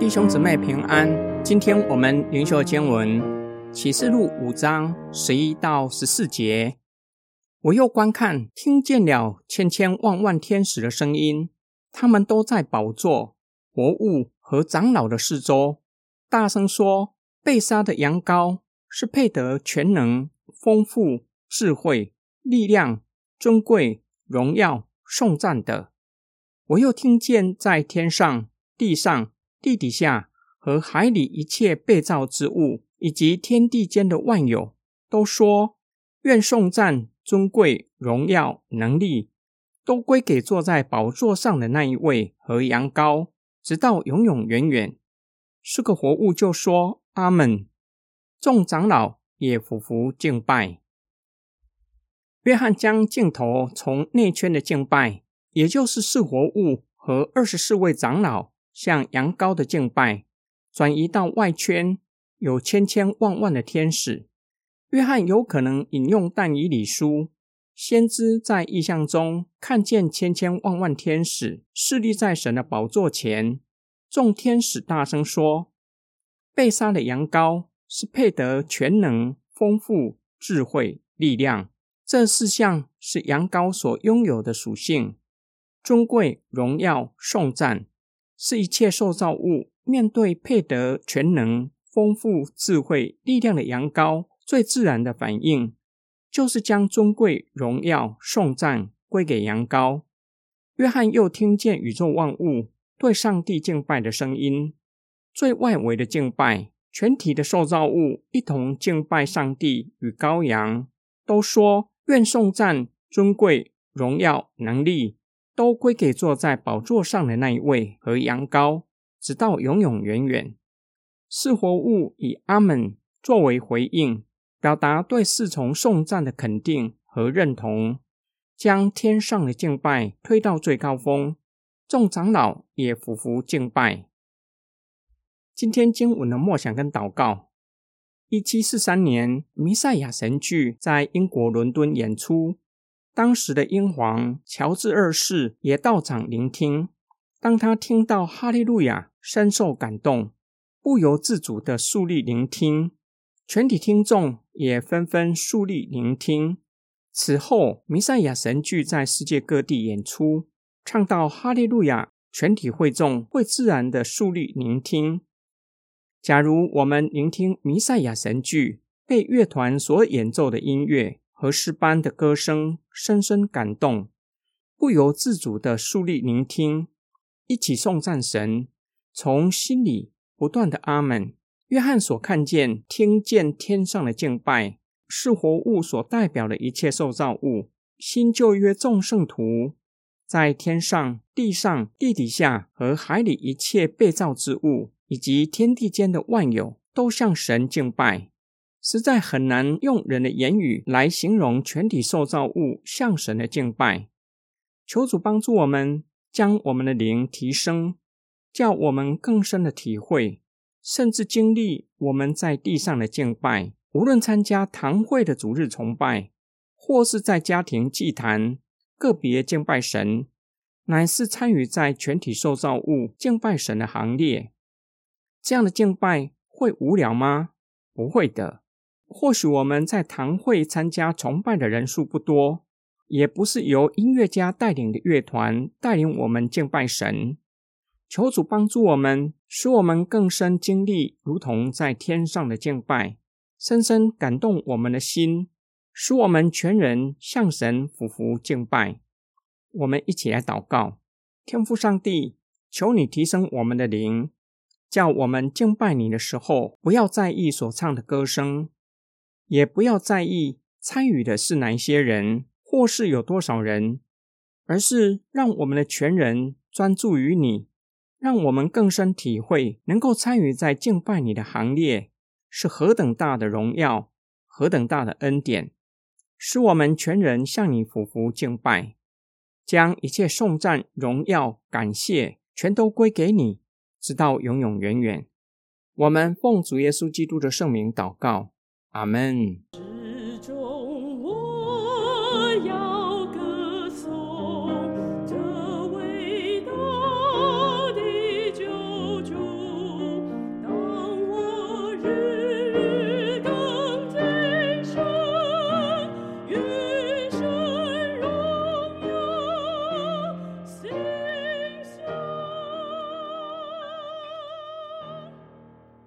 弟兄姊妹平安，今天我们灵修经文启示录5章11到14节。我又观看，听见了千千万万天使的声音，他们都在宝座、活物和长老的四周，大声说：被杀的羊羔是配得全能、丰富、智慧、力量、尊贵、荣耀、颂赞的。我又听见在天上、地上、地底下和海里一切被造之物，以及天地间的万有，都说：愿颂赞、尊贵、荣耀、能力都归给坐在宝座上的那一位和羊羔，直到永永远远。4个活物就说：阿们。众长老也俯伏敬拜。约翰将镜头从内圈的敬拜，也就是4活物和24位长老向羊羔的敬拜，转移到外圈有千千万万的天使。约翰有可能引用但以理书，先知在异象中看见千千万万天使侍立在神的宝座前，众天使大声说：被杀的羊羔是配得全能、丰富、智慧、力量，这4项是羊羔所拥有的属性。尊贵、荣耀、颂赞是一切受造物面对配得全能、丰富、智慧、力量的羊羔最自然的反应，就是将尊贵、荣耀、颂赞归给羊羔。约翰又听见宇宙万物对上帝敬拜的声音，最外围的敬拜，全体的受造物一同敬拜上帝与羔羊，都说：愿颂赞、尊贵、荣耀、能力都归给坐在宝座上的那一位和羊羔，直到永永远远。4活物以阿们作为回应，表达对4重颂赞的肯定和认同，将天上的敬拜推到最高峰。众长老也俯伏敬拜。今天经文的默想跟祷告。1743年，弥赛亚神剧在英国伦敦演出，当时的英皇乔治2世也到场聆听。当他听到哈利路亚，深受感动，不由自主地肃立聆听，全体听众也纷纷肃立聆听。此后，弥赛亚神剧在世界各地演出，唱到哈利路亚，全体会众会自然地肃立聆听。假如我们聆听弥赛亚神剧，被乐团所演奏的音乐和诗班的歌声深深感动，不由自主地肃立聆听，一起颂赞神，从心里不断的阿们。约翰所看见、听见天上的敬拜，是活物所代表的一切受造物，新旧约众圣徒，在天上、地上、地底下和海里一切被造之物，以及天地间的万有，都向神敬拜。实在很难用人的言语来形容全体受造物向神的敬拜。求主帮助我们，将我们的灵提升，叫我们更深的体会，甚至经历我们在地上的敬拜，无论参加堂会的主日崇拜，或是在家庭祭坛个别敬拜神，乃是参与在全体受造物敬拜神的行列。这样的敬拜会无聊吗？不会的。或许我们在堂会参加崇拜的人数不多，也不是由音乐家带领的乐团带领我们敬拜神。求主帮助我们，使我们更深经历如同在天上的敬拜，深深感动我们的心，使我们全人向神俯伏敬拜。我们一起来祷告。天父上帝，求你提升我们的灵，叫我们敬拜你的时候，不要在意所唱的歌声，也不要在意参与的是哪一些人，或是有多少人，而是让我们的全人专注于你，让我们更深体会能够参与在敬拜你的行列是何等大的荣耀，何等大的恩典，使我们全人向你俯伏敬拜，将一切颂赞、荣耀、感谢全都归给你，直到永永远远。我们奉主耶稣基督的圣名祷告，阿们。